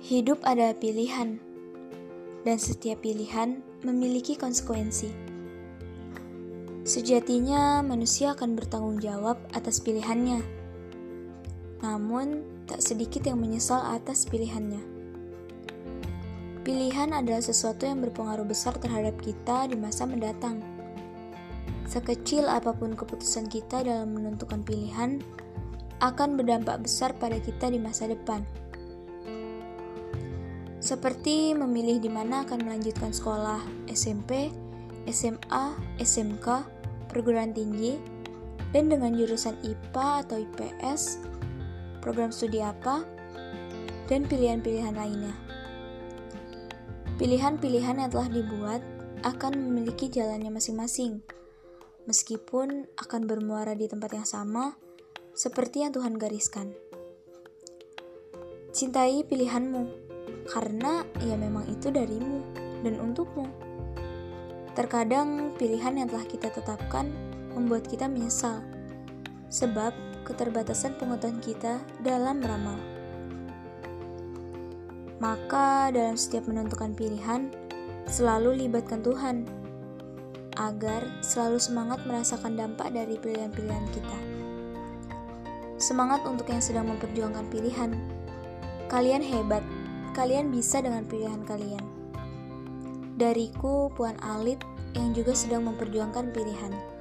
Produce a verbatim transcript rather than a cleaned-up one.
Hidup adalah pilihan, dan setiap pilihan memiliki konsekuensi. Sejatinya, manusia akan bertanggung jawab atas pilihannya. Namun, tak sedikit yang menyesal atas pilihannya. Pilihan adalah sesuatu yang berpengaruh besar terhadap kita di masa mendatang. Sekecil apapun keputusan kita dalam menentukan pilihan, akan berdampak besar pada kita di masa depan. Seperti memilih di mana akan melanjutkan sekolah S M P, S M A, S M K, perguruan tinggi, dan dengan jurusan I P A atau I P S, program studi apa, dan pilihan-pilihan lainnya. Pilihan-pilihan yang telah dibuat akan memiliki jalannya masing-masing, meskipun akan bermuara di tempat yang sama, seperti yang Tuhan gariskan. Cintai pilihanmu, karena ya memang itu darimu dan untukmu. Terkadang pilihan yang telah kita tetapkan membuat kita menyesal, sebab keterbatasan pengetahuan kita dalam meramal. Maka dalam setiap menentukan pilihan, selalu libatkan Tuhan, agar selalu semangat merasakan dampak dari pilihan-pilihan kita. Semangat untuk yang sedang memperjuangkan pilihan. Kalian hebat, kalian bisa dengan pilihan kalian. Dariku, Puan Alit, yang juga sedang memperjuangkan pilihan.